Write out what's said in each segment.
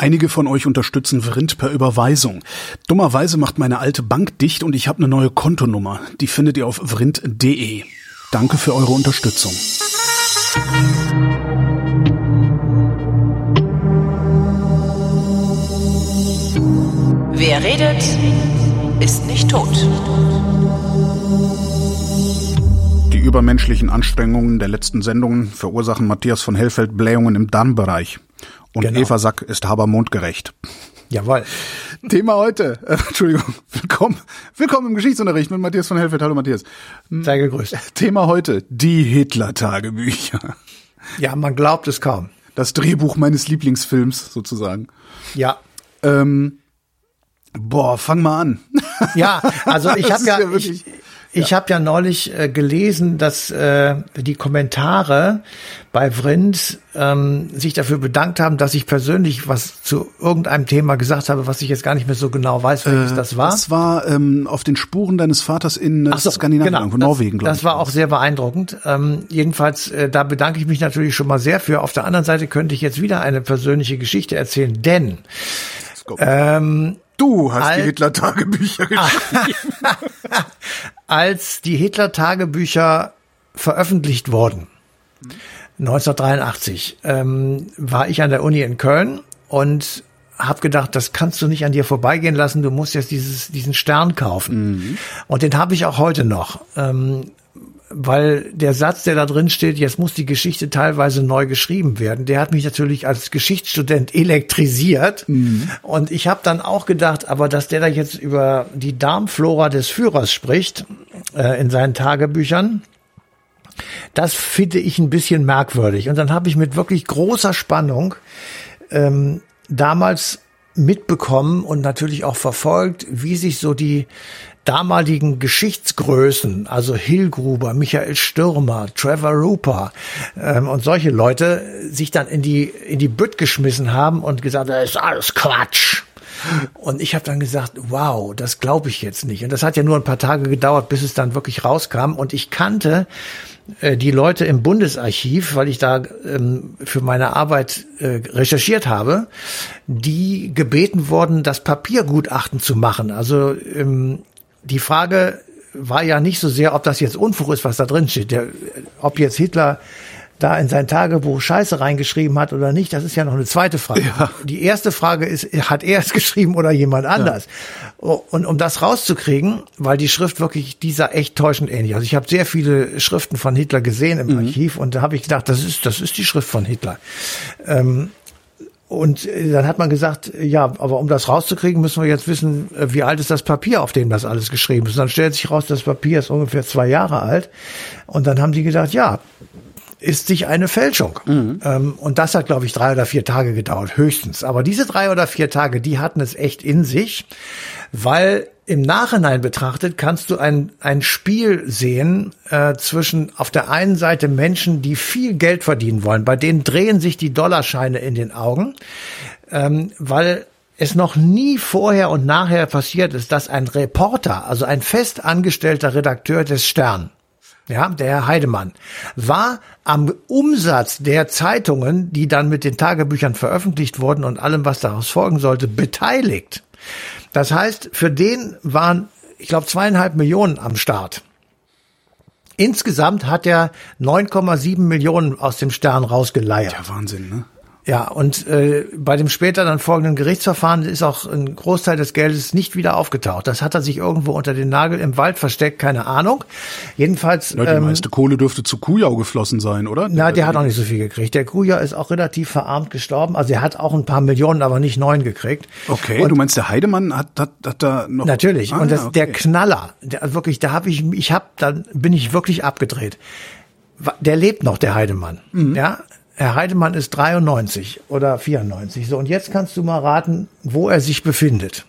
Einige von euch unterstützen Vrind per Überweisung. Dummerweise macht meine alte Bank dicht und ich habe eine neue Kontonummer. Die findet ihr auf vrind.de. Danke für eure Unterstützung. Wer redet, ist nicht tot. Die übermenschlichen Anstrengungen der letzten Sendungen verursachen Matthias von Hellfeld Blähungen im Darmbereich. Und genau. Eva Sack ist habermondgerecht. Jawohl. Thema heute, Entschuldigung, willkommen im Geschichtsunterricht mit Matthias von Hellfeld. Hallo Matthias. Sei gegrüßt. Thema heute, die Hitler-Tagebücher. Ja, man glaubt es kaum. Das Drehbuch meines Lieblingsfilms sozusagen. Ja. Fang mal an. Ja, also ich habe ja neulich gelesen, dass die Kommentare bei Vrind sich dafür bedankt haben, dass ich persönlich was zu irgendeinem Thema gesagt habe, was ich jetzt gar nicht mehr so genau weiß, welches das war. Das war auf den Spuren deines Vaters in Skandinavien, genau, Norwegen, glaube ich. Das war auch sehr beeindruckend. Jedenfalls, da bedanke ich mich natürlich schon mal sehr für. Auf der anderen Seite könnte ich jetzt wieder eine persönliche Geschichte erzählen, denn du hast die Hitler-Tagebücher geschrieben. Als die Hitler-Tagebücher veröffentlicht wurden, 1983, war ich an der Uni in Köln und habe gedacht, das kannst du nicht an dir vorbeigehen lassen, du musst jetzt diesen Stern kaufen. Mhm. Und den habe ich auch heute noch. Weil der Satz, der da drin steht, jetzt muss die Geschichte teilweise neu geschrieben werden, der hat mich natürlich als Geschichtsstudent elektrisiert. Mhm. Und ich habe dann auch gedacht, aber dass der da jetzt über die Darmflora des Führers spricht, in seinen Tagebüchern, das finde ich ein bisschen merkwürdig. Und dann habe ich mit wirklich großer Spannung damals mitbekommen und natürlich auch verfolgt, wie sich so die damaligen Geschichtsgrößen, also Hillgruber, Michael Stürmer, Trevor Rupert und solche Leute sich dann in die Bütt geschmissen haben und gesagt, das ist alles Quatsch. Und ich habe dann gesagt, wow, das glaube ich jetzt nicht. Und das hat ja nur ein paar Tage gedauert, bis es dann wirklich rauskam. Und ich kannte die Leute im Bundesarchiv, weil ich da für meine Arbeit recherchiert habe, die gebeten wurden, das Papiergutachten zu machen. Also die Frage war ja nicht so sehr, ob das jetzt Unfug ist, was da drin steht. Ob jetzt Hitler da in sein Tagebuch Scheiße reingeschrieben hat oder nicht, das ist ja noch eine zweite Frage. Ja. Die erste Frage ist, hat er es geschrieben oder jemand anders? Ja. Und um das rauszukriegen, weil die Schrift wirklich, die sah echt täuschend ähnlich. Also ich habe sehr viele Schriften von Hitler gesehen im Archiv und da habe ich gedacht, das ist die Schrift von Hitler. Und dann hat man gesagt, ja, aber um das rauszukriegen, müssen wir jetzt wissen, wie alt ist das Papier, auf dem das alles geschrieben ist. Und dann stellt sich raus, das Papier ist ungefähr 2 Jahre alt. Und dann haben die gedacht, ja, ist sich eine Fälschung. Mhm. Und das hat, glaube ich, 3 oder 4 Tage gedauert, höchstens. Aber diese 3 oder 4 Tage, die hatten es echt in sich, weil im Nachhinein betrachtet kannst du ein Spiel sehen zwischen auf der einen Seite Menschen, die viel Geld verdienen wollen, bei denen drehen sich die Dollarscheine in den Augen, weil es noch nie vorher und nachher passiert ist, dass ein Reporter, also ein fest angestellter Redakteur des Stern, ja, der Herr Heidemann, war am Umsatz der Zeitungen, die dann mit den Tagebüchern veröffentlicht wurden und allem, was daraus folgen sollte, beteiligt. Das heißt, für den waren, ich glaube, 2,5 Millionen am Start. Insgesamt hat er 9,7 Millionen aus dem Stern rausgeleiert. Ja, Wahnsinn, ne? Ja, und bei dem später dann folgenden Gerichtsverfahren ist auch ein Großteil des Geldes nicht wieder aufgetaucht. Das hat er sich irgendwo unter den Nagel im Wald versteckt, keine Ahnung. Jedenfalls. Die meiste Kohle dürfte zu Kujau geflossen sein, oder? Na, der hat auch nicht so viel gekriegt. Der Kujau ist auch relativ verarmt gestorben. Also er hat auch ein paar Millionen, aber nicht 9 gekriegt. Okay, und du meinst, der Heidemann hat da noch... Natürlich, und das, der Knaller, wirklich, da bin ich wirklich abgedreht. Der lebt noch, der Heidemann, ja. Herr Heidemann ist 93 oder 94. So, und jetzt kannst du mal raten, wo er sich befindet.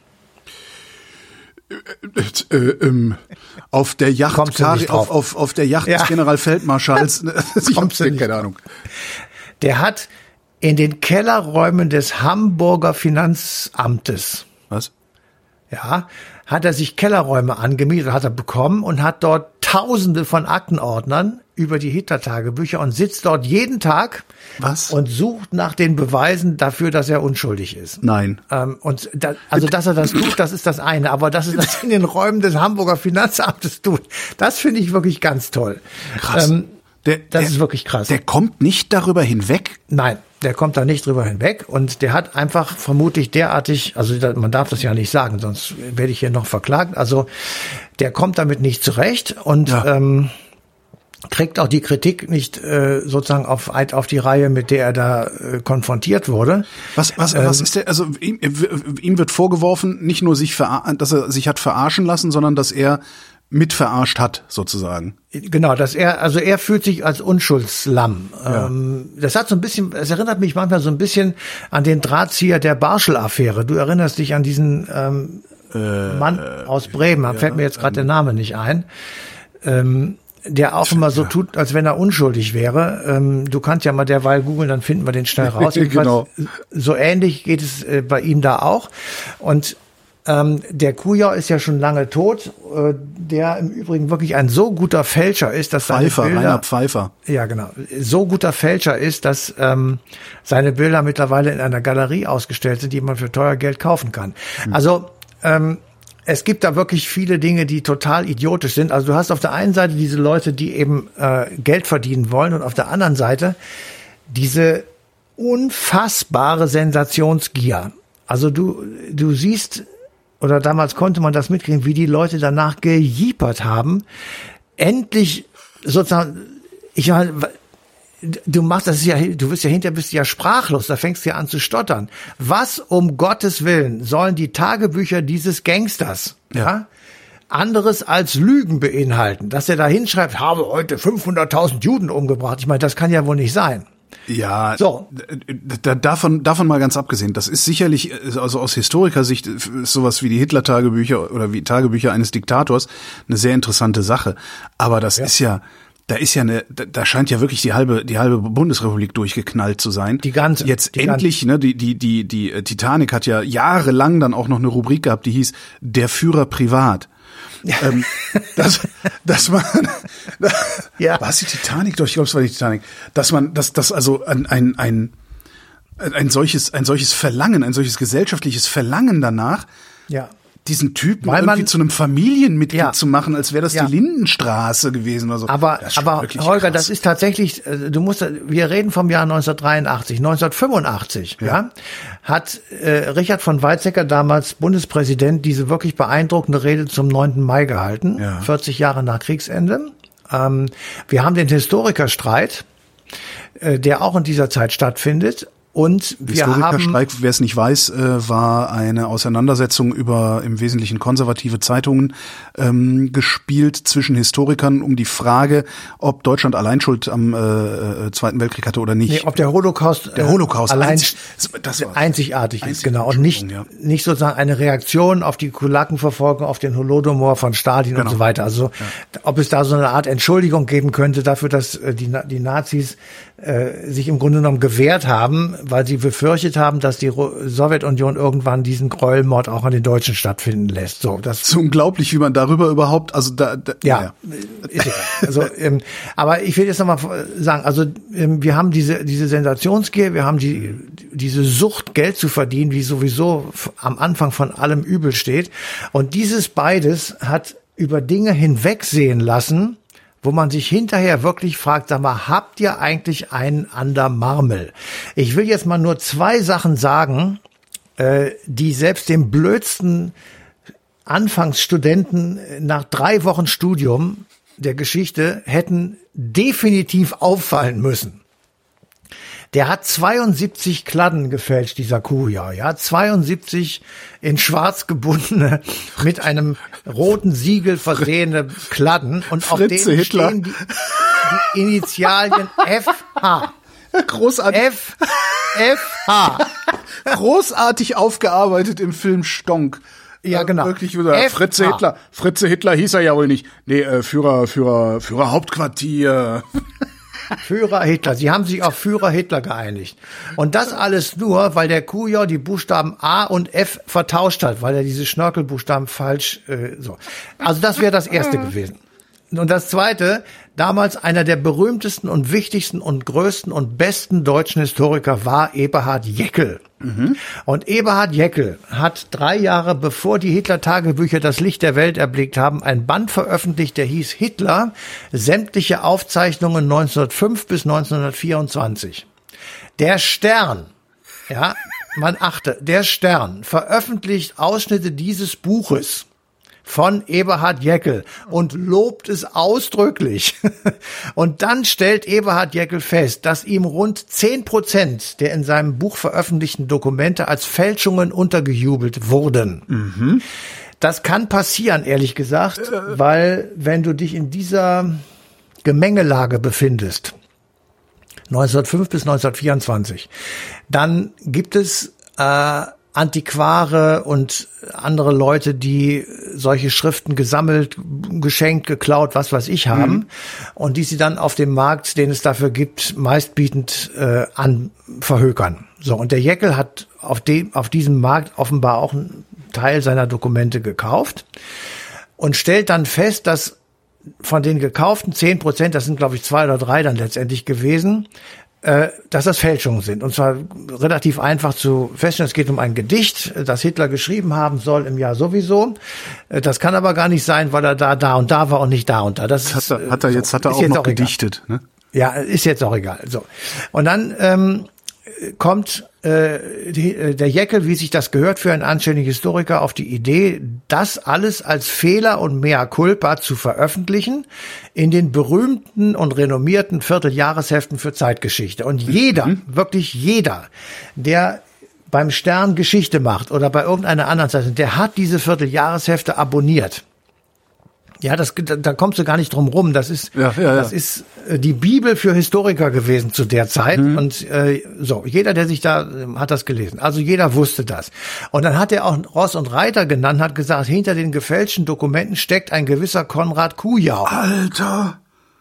Auf der Yacht, auf der Yacht des Generalfeldmarschalls. Ich hab's keine Ahnung. Der hat in den Kellerräumen des Hamburger Finanzamtes. Was? Ja, hat er sich Kellerräume angemietet, hat er bekommen und hat dort Tausende von Aktenordnern über die Hitler-Tagebücher und sitzt dort jeden Tag und sucht nach den Beweisen dafür, dass er unschuldig ist. Nein. Dass er das tut, das ist das eine. Aber dass er das in den Räumen des Hamburger Finanzamtes tut, das finde ich wirklich ganz toll. Krass. Das ist wirklich krass. Der kommt nicht darüber hinweg? Nein, der kommt da nicht drüber hinweg. Und der hat einfach vermutlich derartig, also man darf das ja nicht sagen, sonst werde ich hier noch verklagt. Also der kommt damit nicht zurecht und kriegt auch die Kritik nicht sozusagen auf die Reihe, mit der er da konfrontiert wurde. Was ist der? Also ihm wird vorgeworfen, nicht nur dass er sich hat verarschen lassen, sondern dass er mit verarscht hat, sozusagen. Genau, er fühlt sich als Unschuldslamm. Ja. Das hat so ein bisschen, es erinnert mich manchmal so ein bisschen an den Drahtzieher der Barschel-Affäre. Du erinnerst dich an diesen Mann aus Bremen, fällt mir jetzt gerade der Name nicht ein. Der auch immer so tut, als wenn er unschuldig wäre. Du kannst ja mal derweil googeln, dann finden wir den schnell raus. Genau. So ähnlich geht es bei ihm da auch. Und der Kujau ist ja schon lange tot, der im Übrigen wirklich ein so guter Fälscher ist, dass seine Bilder, Rainer Pfeiffer. Ja, genau, so guter Fälscher ist, dass seine Bilder mittlerweile in einer Galerie ausgestellt sind, die man für teuer Geld kaufen kann. Also es gibt da wirklich viele Dinge, die total idiotisch sind. Also du hast auf der einen Seite diese Leute, die eben Geld verdienen wollen, und auf der anderen Seite diese unfassbare Sensationsgier. Also du siehst, oder damals konnte man das mitkriegen, wie die Leute danach gejiepert haben. Endlich sozusagen, du wirst ja hinterher sprachlos, da fängst du ja an zu stottern. Was um Gottes Willen sollen die Tagebücher dieses Gangsters, anderes als Lügen beinhalten? Dass er da hinschreibt, habe heute 500.000 Juden umgebracht. Ich meine, das kann ja wohl nicht sein. Ja, so. Davon mal ganz abgesehen. Das ist sicherlich, also aus Historikersicht, ist sowas wie die Hitler-Tagebücher oder wie Tagebücher eines Diktators eine sehr interessante Sache. Aber das ist ja, da scheint ja wirklich die halbe Bundesrepublik durchgeknallt zu sein. Die ganze. Jetzt endlich, ne, die Titanic hat ja jahrelang dann auch noch eine Rubrik gehabt, die hieß Der Führer privat. Dass man, war es die Titanic? Doch, ich glaube, es war die Titanic. Dass also ein solches Verlangen, ein solches gesellschaftliches Verlangen danach, diesen Typen irgendwie zu einem Familienmitglied zu machen, als wäre das die Lindenstraße gewesen oder so. Aber Holger, krass. Das ist tatsächlich, wir reden vom Jahr 1983, 1985, hat Richard von Weizsäcker, damals Bundespräsident, diese wirklich beeindruckende Rede zum 9. Mai gehalten, 40 Jahre nach Kriegsende. Wir haben den Historikerstreit, der auch in dieser Zeit stattfindet. Und wir Historikerstreik, wer es nicht weiß, war eine Auseinandersetzung über im Wesentlichen konservative Zeitungen gespielt zwischen Historikern um die Frage, ob Deutschland allein Schuld am Zweiten Weltkrieg hatte oder nicht. Nee, ob der Holocaust allein einzigartig ist, genau. Und nicht sozusagen eine Reaktion auf die Kulakenverfolgung, auf den Holodomor von Stalin und so weiter. Also ob es da so eine Art Entschuldigung geben könnte dafür, dass die Nazis sich im Grunde genommen gewehrt haben, weil sie befürchtet haben, dass die Sowjetunion irgendwann diesen Gräuelmord auch an den Deutschen stattfinden lässt. So, das ist unglaublich, wie man darüber überhaupt, also ist egal. Also, aber ich will jetzt nochmal sagen, also wir haben diese Sensationsgier, wir haben diese Sucht, Geld zu verdienen, wie sowieso am Anfang von allem Übel steht. Und dieses beides hat über Dinge hinwegsehen lassen, wo man sich hinterher wirklich fragt, sag mal, habt ihr eigentlich einen an der Marmel? Ich will jetzt mal nur 2 Sachen sagen, die selbst dem blödsten Anfangsstudenten nach 3 Wochen Studium der Geschichte hätten definitiv auffallen müssen. Der hat 72 Kladden gefälscht, dieser Kujau, 72 in schwarz gebundene, mit einem roten Siegel versehene Kladden, und auf denen stehen die Initialien FH. Großartig. FH. Großartig aufgearbeitet im Film Stonk. Ja, genau. Wirklich wieder Fritze Hitler. Fritze Hitler hieß er ja wohl nicht. Nee, Führer Hauptquartier. Führer Hitler. Sie haben sich auf Führer Hitler geeinigt. Und das alles nur, weil der Kujau die Buchstaben A und F vertauscht hat, weil er diese Schnörkelbuchstaben falsch, so. Also das wäre das Erste gewesen. Und das Zweite, damals einer der berühmtesten und wichtigsten und größten und besten deutschen Historiker war Eberhard Jäckel. Und Eberhard Jäckel hat 3 Jahre bevor die Hitler-Tagebücher das Licht der Welt erblickt haben, ein Band veröffentlicht, der hieß Hitler, sämtliche Aufzeichnungen 1905 bis 1924. Der Stern, ja, man achte, der Stern veröffentlicht Ausschnitte dieses Buches von Eberhard Jäckel und lobt es ausdrücklich. Und dann stellt Eberhard Jäckel fest, dass ihm rund 10% der in seinem Buch veröffentlichten Dokumente als Fälschungen untergejubelt wurden. Das kann passieren, ehrlich gesagt, weil wenn du dich in dieser Gemengelage befindest, 1905 bis 1924, dann gibt es Antiquare und andere Leute, die solche Schriften gesammelt, geschenkt, geklaut, was weiß ich haben und die sie dann auf dem Markt, den es dafür gibt, meistbietend verhökern. So, und der Jäckel hat auf diesem Markt offenbar auch einen Teil seiner Dokumente gekauft und stellt dann fest, dass von den gekauften 10%, das sind glaube ich 2 oder 3 dann letztendlich gewesen, dass das Fälschungen sind. Und zwar relativ einfach zu feststellen, es geht um ein Gedicht, das Hitler geschrieben haben soll im Jahr sowieso. Das kann aber gar nicht sein, weil er da und da war und nicht da und da. Das hat er auch noch gedichtet, ne? Ja, ist jetzt auch egal. So. Und dann kommt der Jäckel, wie sich das gehört für einen anständigen Historiker, auf die Idee, das alles als Fehler und Mea culpa zu veröffentlichen in den berühmten und renommierten Vierteljahresheften für Zeitgeschichte. Und jeder, wirklich jeder, der beim Stern Geschichte macht oder bei irgendeiner anderen Zeitung, der hat diese Vierteljahreshefte abonniert. Ja, da kommst du gar nicht drum rum. Das ist die Bibel für Historiker gewesen zu der Zeit. Und so, jeder, der sich da hat das gelesen. Also jeder wusste das. Und dann hat er auch Ross und Reiter genannt, hat gesagt, hinter den gefälschten Dokumenten steckt ein gewisser Konrad Kujau. Alter.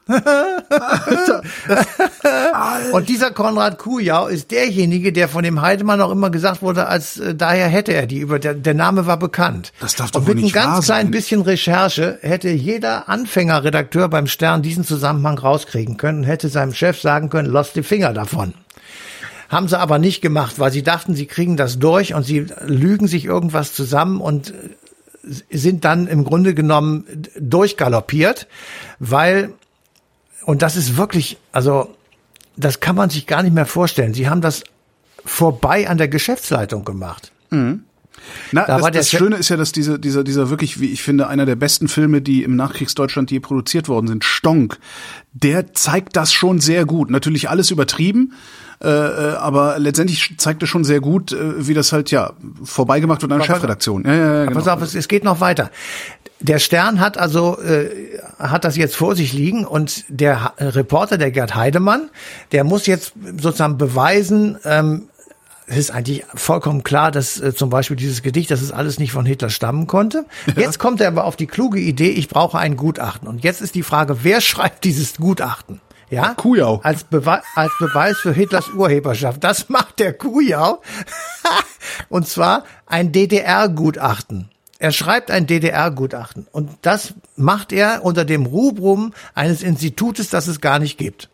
Und dieser Konrad Kujau ist derjenige, der von dem Heidemann auch immer gesagt wurde, als daher hätte er die der Name war bekannt. Das darf doch wohl nicht wahr sein. Und mit einem ganz kleinen bisschen Recherche hätte jeder Anfängerredakteur beim Stern diesen Zusammenhang rauskriegen können und hätte seinem Chef sagen können, lass die Finger davon. Haben sie aber nicht gemacht, weil sie dachten, sie kriegen das durch und sie lügen sich irgendwas zusammen und sind dann im Grunde genommen durchgaloppiert, weil und das ist wirklich, also das kann man sich gar nicht mehr vorstellen. Sie haben das vorbei an der Geschäftsleitung gemacht. Na, das Schöne ist ja, dass dieser wirklich, wie ich finde, einer der besten Filme, die im Nachkriegsdeutschland je produziert worden sind, Stonk, der zeigt das schon sehr gut. Natürlich alles übertrieben, aber letztendlich zeigt er schon sehr gut, wie das halt vorbeigemacht wird an der Chefredaktion. Ja, genau. Pass auf, es geht noch weiter. Der Stern hat hat das jetzt vor sich liegen und der Reporter, der Gerd Heidemann, der muss jetzt sozusagen beweisen, es ist eigentlich vollkommen klar, dass zum Beispiel dieses Gedicht, dass es alles nicht von Hitler stammen konnte. Jetzt kommt er aber auf die kluge Idee, ich brauche ein Gutachten. Und jetzt ist die Frage, wer schreibt dieses Gutachten? Ja, Kujau. Als Beweis für Hitlers Urheberschaft. Das macht der Kujau. Und zwar ein DDR-Gutachten. Er schreibt ein DDR-Gutachten. Und das macht er unter dem Rubrum eines Institutes, das es gar nicht gibt.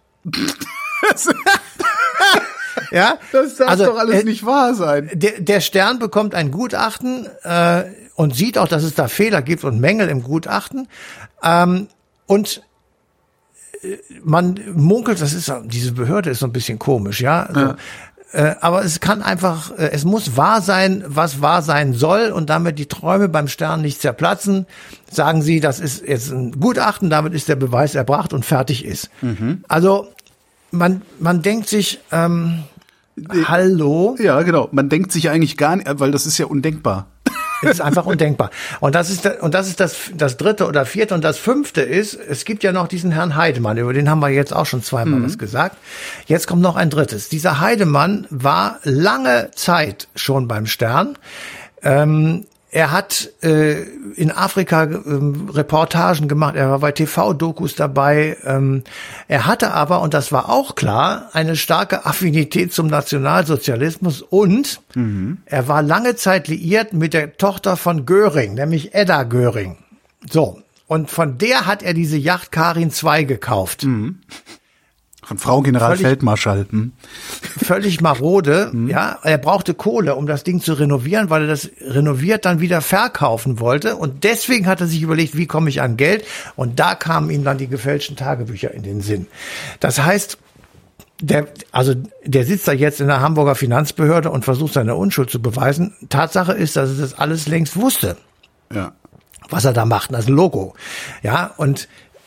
Ja, das darf doch alles nicht wahr sein. Der Stern bekommt ein Gutachten und sieht auch, dass es da Fehler gibt und Mängel im Gutachten. Und man munkelt, diese Behörde ist so ein bisschen komisch, ja. Also, aber es kann einfach, es muss wahr sein, was wahr sein soll und damit die Träume beim Stern nicht zerplatzen, sagen sie, das ist jetzt ein Gutachten, damit ist der Beweis erbracht und fertig ist. Also man denkt sich, hallo? Ja, genau. Man denkt sich eigentlich gar nicht, weil das ist ja undenkbar. Es ist einfach undenkbar. Und das ist das dritte oder vierte und das fünfte ist, es gibt ja noch diesen Herrn Heidemann, über den haben wir jetzt auch schon zweimal was gesagt. Jetzt kommt noch ein drittes. Dieser Heidemann war lange Zeit schon beim Stern. Er hat in Afrika Reportagen gemacht, er war bei TV-Dokus dabei. Er hatte aber, und das war auch klar, eine starke Affinität zum Nationalsozialismus und er war lange Zeit liiert mit der Tochter von Göring, nämlich Edda Göring. So, Und von der hat er diese Yacht Karin II gekauft. Mhm. Von Frau Generalfeldmarschall. Völlig marode, ja. Er brauchte Kohle, um das Ding zu renovieren, weil er das renoviert dann wieder verkaufen wollte. Und deswegen hat er sich überlegt, wie komme ich an Geld? Und da kamen ihm dann die gefälschten Tagebücher in den Sinn. Das heißt, der sitzt da jetzt in der Hamburger Finanzbehörde und versucht seine Unschuld zu beweisen. Tatsache ist, dass er das alles längst wusste. Ja. Was er da macht, das Logo. Ja, und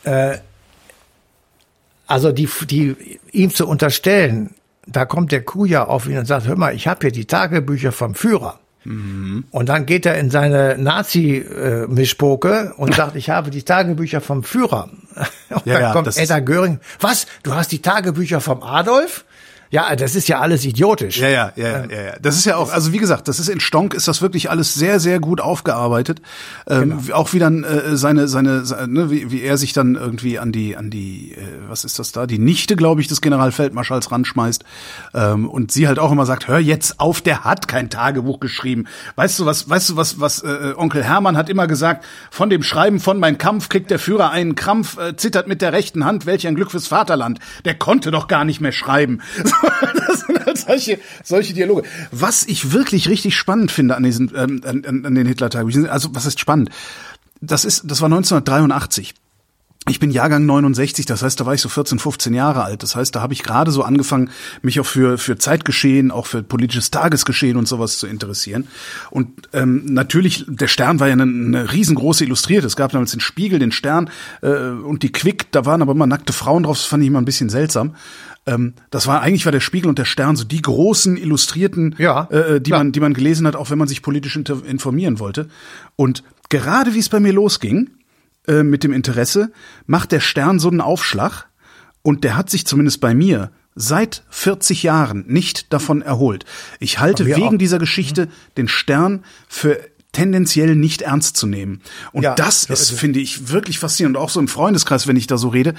also die ihm zu unterstellen, da kommt der Kuja auf ihn und sagt, hör mal, ich habe hier die Tagebücher vom Führer. Mhm. Und dann geht er in seine Nazi-Mischpoke und sagt, ich habe die Tagebücher vom Führer. Und dann kommt Edda Göring, was, du hast die Tagebücher vom Adolf? Ja, das ist ja alles idiotisch. Ja. Das ist ja auch, also wie gesagt, das ist in Stonk, ist das wirklich alles sehr, sehr gut aufgearbeitet. Genau. Auch wie dann seine wie er sich dann irgendwie an die was ist das da? Die Nichte, glaube ich, des Generalfeldmarschalls ranschmeißt. Und sie halt auch immer sagt, hör jetzt auf, der hat kein Tagebuch geschrieben. Weißt du was Onkel Hermann hat immer gesagt, von dem Schreiben von Mein Kampf kriegt der Führer einen Krampf, zittert mit der rechten Hand, welch ein Glück fürs Vaterland. Der konnte doch gar nicht mehr schreiben. Das sind halt solche Dialoge. Was ich wirklich richtig spannend finde an diesen an den Hitler-Tagebüchern, also was ist spannend? Das war 1983. Ich bin Jahrgang 69, das heißt, da war ich so 14, 15 Jahre alt. Das heißt, da habe ich gerade so angefangen, mich auch für Zeitgeschehen, auch für politisches Tagesgeschehen und sowas zu interessieren. Und natürlich, der Stern war ja eine riesengroße Illustrierte. Es gab damals den Spiegel, den Stern und die Quick, da waren aber immer nackte Frauen drauf, das fand ich immer ein bisschen seltsam. Eigentlich war der Spiegel und der Stern so die großen Illustrierten, die man gelesen hat, auch wenn man sich politisch informieren wollte. Und gerade wie es bei mir losging, mit dem Interesse, macht der Stern so einen Aufschlag und der hat sich zumindest bei mir seit 40 Jahren nicht davon erholt. Ich halte wegen dieser Geschichte den Stern für tendenziell nicht ernst zu nehmen. Und das ist, finde ich, wirklich faszinierend. Und auch so im Freundeskreis, wenn ich da so rede,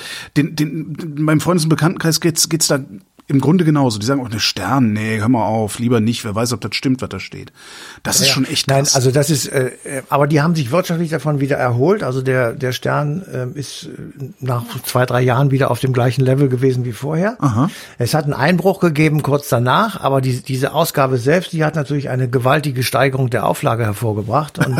beim Freundes- und Bekanntenkreis geht's da im Grunde genauso. Die sagen auch, ne Stern, nee, hör mal auf, lieber nicht, wer weiß, ob das stimmt, was da steht. Das ist schon echt krass. Nein, also das ist, aber die haben sich wirtschaftlich davon wieder erholt. Also der Stern ist nach 2-3 Jahren wieder auf dem gleichen Level gewesen wie vorher. Aha. Es hat einen Einbruch gegeben kurz danach, aber diese Ausgabe selbst, die hat natürlich eine gewaltige Steigerung der Auflage hervorgebracht. Und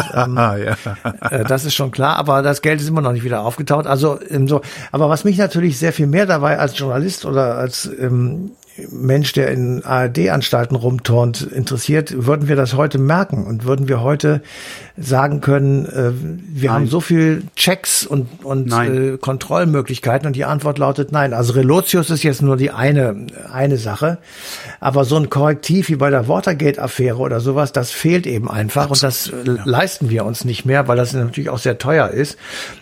das ist schon klar, aber das Geld ist immer noch nicht wieder aufgetaucht. Also so. Aber was mich natürlich sehr viel mehr dabei als Journalist oder als Mensch, der in ARD-Anstalten rumturnt, interessiert, würden wir das heute merken und würden wir heute sagen können, wir haben so viel Checks und Kontrollmöglichkeiten, und die Antwort lautet nein. Also Relotius ist jetzt nur die eine Sache, aber so ein Korrektiv wie bei der Watergate-Affäre oder sowas, das fehlt eben einfach. Absolut, und das leisten wir uns nicht mehr, weil das natürlich auch sehr teuer ist.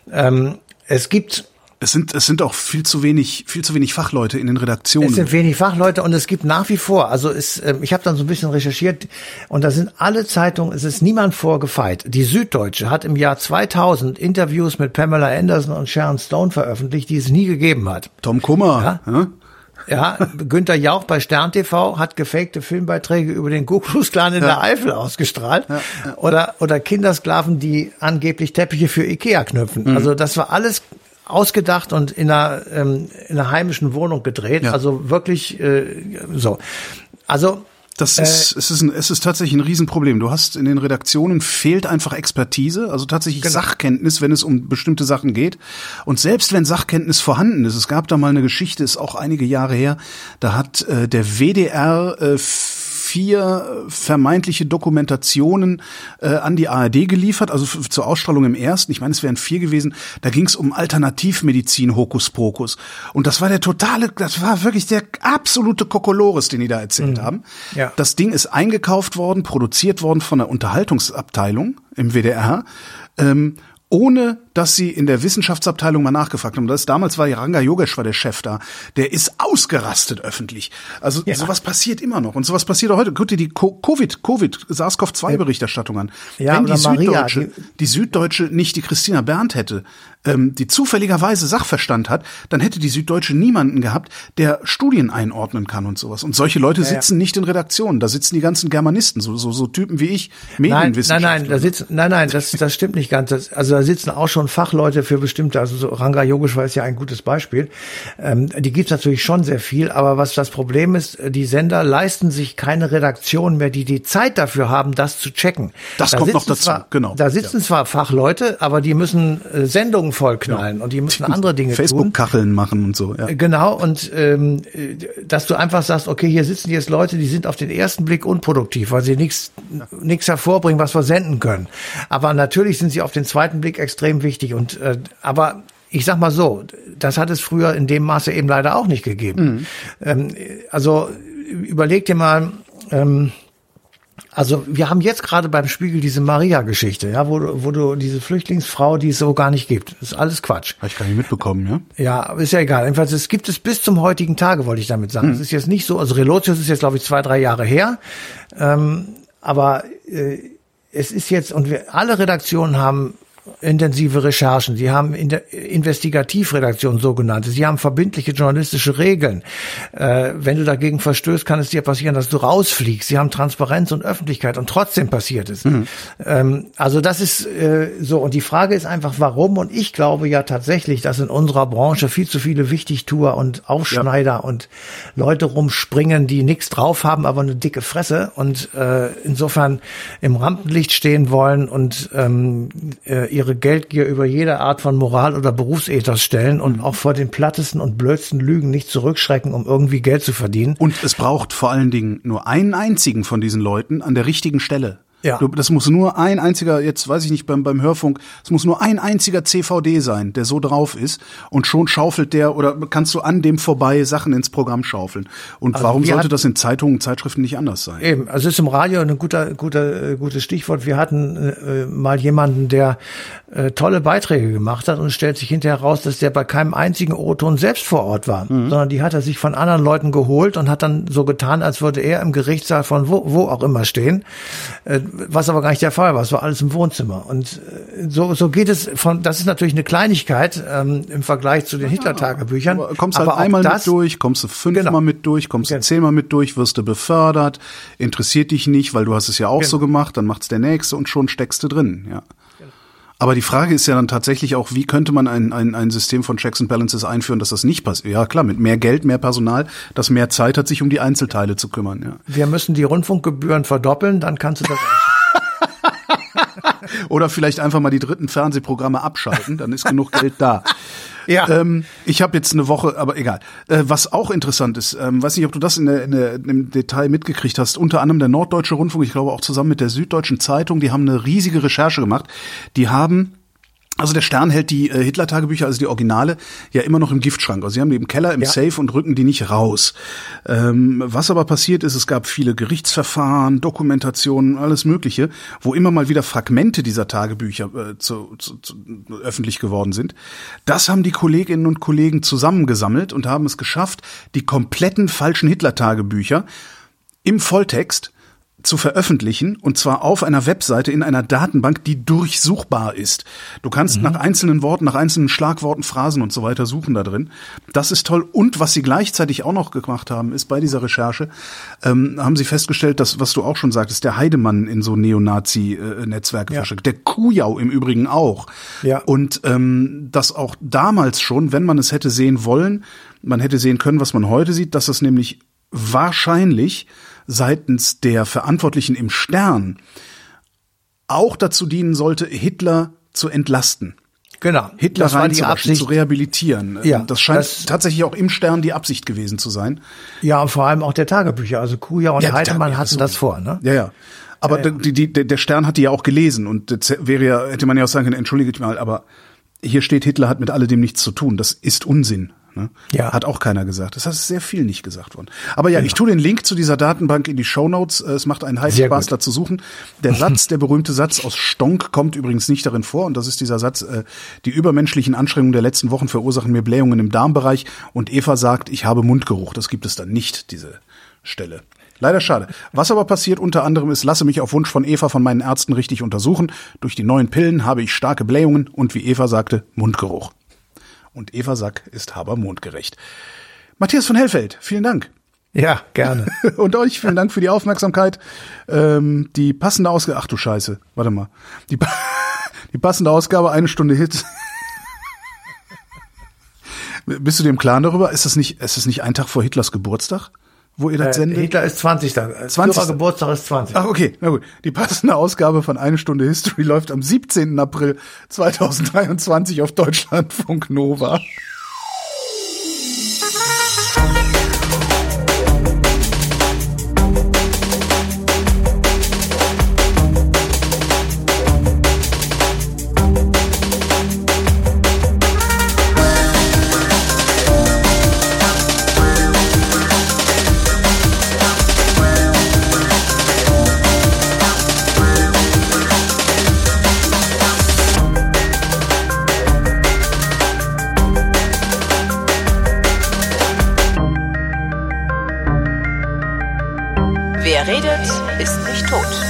Es sind auch viel zu wenig Fachleute in den Redaktionen. Es sind wenig Fachleute und es gibt nach wie vor, also ich habe dann so ein bisschen recherchiert und da sind alle Zeitungen, es ist niemand vorgefeit. Die Süddeutsche hat im Jahr 2000 Interviews mit Pamela Anderson und Sharon Stone veröffentlicht, die es nie gegeben hat. Tom Kummer. Ja, Günther Jauch bei Stern TV hat gefakte Filmbeiträge über den Ku Klux Klan in der Eifel ausgestrahlt. Ja. Oder Kindersklaven, die angeblich Teppiche für Ikea knüpfen. Mhm. Also das war alles ausgedacht und in einer heimischen Wohnung gedreht. Ja. Also wirklich so. Also es ist tatsächlich ein Riesenproblem. Du hast in den Redaktionen fehlt einfach Expertise, also tatsächlich Sachkenntnis, wenn es um bestimmte Sachen geht. Und selbst wenn Sachkenntnis vorhanden ist, es gab da mal eine Geschichte, ist auch einige Jahre her, da hat der WDR 4 vermeintliche Dokumentationen an die ARD geliefert, also zur Ausstrahlung im ersten. Ich meine, es wären 4 gewesen. Da ging es um Alternativmedizin, Hokuspokus. Und das war wirklich der absolute Kokolores, den die da erzählt haben. Ja. Das Ding ist eingekauft worden, produziert worden von der Unterhaltungsabteilung im WDR, ohne dass sie in der Wissenschaftsabteilung mal nachgefragt haben. Damals war Ranga Yogeshwar der Chef da. Der ist ausgerastet öffentlich. Also sowas passiert immer noch. Und sowas passiert auch heute. Guck dir die SARS-CoV-2-Berichterstattung an. Ja, wenn die Süddeutsche nicht die Christina Berndt hätte, die zufälligerweise Sachverstand hat, dann hätte die Süddeutsche niemanden gehabt, der Studien einordnen kann und sowas. Und solche Leute sitzen nicht in Redaktionen. Da sitzen die ganzen Germanisten, so Typen wie ich, Medienwissenschaftler. Nein, das stimmt nicht ganz. Also da sitzen auch schon schon Fachleute für bestimmte, also so Ranga Yogeshwar ist ja ein gutes Beispiel. Die gibt's natürlich schon sehr viel, aber was das Problem ist, die Sender leisten sich keine Redaktion mehr, die Zeit dafür haben, das zu checken. Das kommt noch dazu, genau. Da sitzen zwar Fachleute, aber die müssen Sendungen vollknallen und die müssen andere Dinge tun. Facebook-Kacheln machen und so. Ja. Genau, und dass du einfach sagst, okay, hier sitzen jetzt Leute, die sind auf den ersten Blick unproduktiv, weil sie nichts hervorbringen, was wir senden können. Aber natürlich sind sie auf den zweiten Blick extrem wichtig. Und aber ich sag mal so, das hat es früher in dem Maße eben leider auch nicht gegeben. Also überleg dir mal. Also wir haben jetzt gerade beim Spiegel diese Maria-Geschichte, ja, wo du diese Flüchtlingsfrau, die es so gar nicht gibt. Das ist alles Quatsch. Habe ich gar nicht mitbekommen, ja? Ja, ist ja egal. Jedenfalls, es gibt es bis zum heutigen Tage, wollte ich damit sagen. Es ist jetzt nicht so, also Relotius ist jetzt, glaube ich, 2-3 Jahre her. Aber es ist jetzt, und alle Redaktionen haben intensive Recherchen, sie haben Investigativredaktion sogenannte, sie haben verbindliche journalistische Regeln. Wenn du dagegen verstößt, kann es dir passieren, dass du rausfliegst. Sie haben Transparenz und Öffentlichkeit und trotzdem passiert es. Also das ist so, und die Frage ist einfach, warum? Und ich glaube ja tatsächlich, dass in unserer Branche viel zu viele Wichtigtuer und Aufschneider und Leute rumspringen, die nichts drauf haben, aber eine dicke Fresse und insofern im Rampenlicht stehen wollen und ihre Geldgier über jede Art von Moral oder Berufsethos stellen und auch vor den plattesten und blödsten Lügen nicht zurückschrecken, um irgendwie Geld zu verdienen. Und es braucht vor allen Dingen nur einen einzigen von diesen Leuten an der richtigen Stelle. Ja. Das muss nur ein einziger, jetzt weiß ich nicht, beim Hörfunk, es muss nur ein einziger CVD sein, der so drauf ist und schon schaufelt der, oder kannst du an dem vorbei Sachen ins Programm schaufeln. Und also warum sollte das in Zeitungen und Zeitschriften nicht anders sein? Eben, also es ist im Radio ein gutes Stichwort. Wir hatten mal jemanden, der tolle Beiträge gemacht hat und es stellt sich hinterher raus, dass der bei keinem einzigen O-Ton selbst vor Ort war, sondern die hat er sich von anderen Leuten geholt und hat dann so getan, als würde er im Gerichtssaal von wo auch immer stehen. Was aber gar nicht der Fall war. Es war alles im Wohnzimmer. Und so geht es das ist natürlich eine Kleinigkeit im Vergleich zu den Hitler-Tagebüchern. Aber kommst halt einmal mit durch, kommst du 5-mal mit durch, kommst du 10-mal mit durch, wirst du befördert, interessiert dich nicht, weil du hast es ja auch so gemacht, dann macht's der Nächste und schon steckst du drin, ja. Aber die Frage ist ja dann tatsächlich auch, wie könnte man ein System von Checks and Balances einführen, dass das nicht passiert? Ja klar, mit mehr Geld, mehr Personal, das mehr Zeit hat, sich um die Einzelteile zu kümmern. Ja. Wir müssen die Rundfunkgebühren verdoppeln, dann kannst du das Oder vielleicht einfach mal die dritten Fernsehprogramme abschalten, dann ist genug Geld da. Ja. Ich habe jetzt eine Woche, aber egal. Was auch interessant ist, weiß nicht, ob du das im Detail mitgekriegt hast, unter anderem der Norddeutsche Rundfunk, ich glaube auch zusammen mit der Süddeutschen Zeitung, die haben eine riesige Recherche gemacht. Also der Stern hält die Hitler-Tagebücher, also die Originale, ja immer noch im Giftschrank. Also sie haben die im Keller, im Safe und rücken die nicht raus. Was aber passiert ist, es gab viele Gerichtsverfahren, Dokumentationen, alles Mögliche, wo immer mal wieder Fragmente dieser Tagebücher öffentlich geworden sind. Das haben die Kolleginnen und Kollegen zusammengesammelt und haben es geschafft, die kompletten falschen Hitler-Tagebücher im Volltext zu veröffentlichen, und zwar auf einer Webseite in einer Datenbank, die durchsuchbar ist. Du kannst nach einzelnen Worten, nach einzelnen Schlagworten, Phrasen und so weiter suchen da drin. Das ist toll. Und was sie gleichzeitig auch noch gemacht haben, ist bei dieser Recherche, haben sie festgestellt, dass, was du auch schon sagtest, der Heidemann in so Neonazi-Netzwerke versteckt. Der Kujau im Übrigen auch. Ja. Und dass auch damals schon, wenn man es hätte sehen wollen, man hätte sehen können, was man heute sieht, dass das nämlich wahrscheinlich seitens der Verantwortlichen im Stern auch dazu dienen sollte, Hitler zu entlasten. Genau. Hitler das war die reinzuwaschen, Absicht, zu rehabilitieren. Ja, das scheint tatsächlich auch im Stern die Absicht gewesen zu sein. Ja, und vor allem auch der Tagebücher. Also Kujau und Heidemann hatten das vor, ne? Ja, ja. Aber der Stern hat die ja auch gelesen und das hätte man ja auch sagen können, entschuldigt mal, aber hier steht, Hitler hat mit alledem nichts zu tun. Das ist Unsinn. Ne? Ja. Hat auch keiner gesagt. Das heißt, sehr viel nicht gesagt worden. Aber ja, ich tue den Link zu dieser Datenbank in die Shownotes. Es macht einen heißen Spaß, da zu suchen. Der Satz, der berühmte Satz aus Stonk kommt übrigens nicht darin vor. Und das ist dieser Satz, die übermenschlichen Anstrengungen der letzten Wochen verursachen mir Blähungen im Darmbereich. Und Eva sagt, ich habe Mundgeruch. Das gibt es dann nicht, diese Stelle. Leider schade. Was aber passiert unter anderem ist, lasse mich auf Wunsch von Eva von meinen Ärzten richtig untersuchen. Durch die neuen Pillen habe ich starke Blähungen und wie Eva sagte, Mundgeruch. Und Eva Sack ist habermondgerecht. Matthias von Hellfeld, vielen Dank. Ja, gerne. Und euch vielen Dank für die Aufmerksamkeit. Die passende Ausgabe, ach du Scheiße, warte mal. Die passende Ausgabe, 1 Stunde Hit. Bist du dir im Klaren darüber? Ist es nicht ein Tag vor Hitlers Geburtstag, wo ihr das sendet? Hitler ist 20. 20. Geburtstag ist 20. Ach, okay, na gut. Die passende Ausgabe von 1 Stunde History läuft am 17. April 2023 auf Deutschlandfunk Nova. Wer redet, ist nicht tot.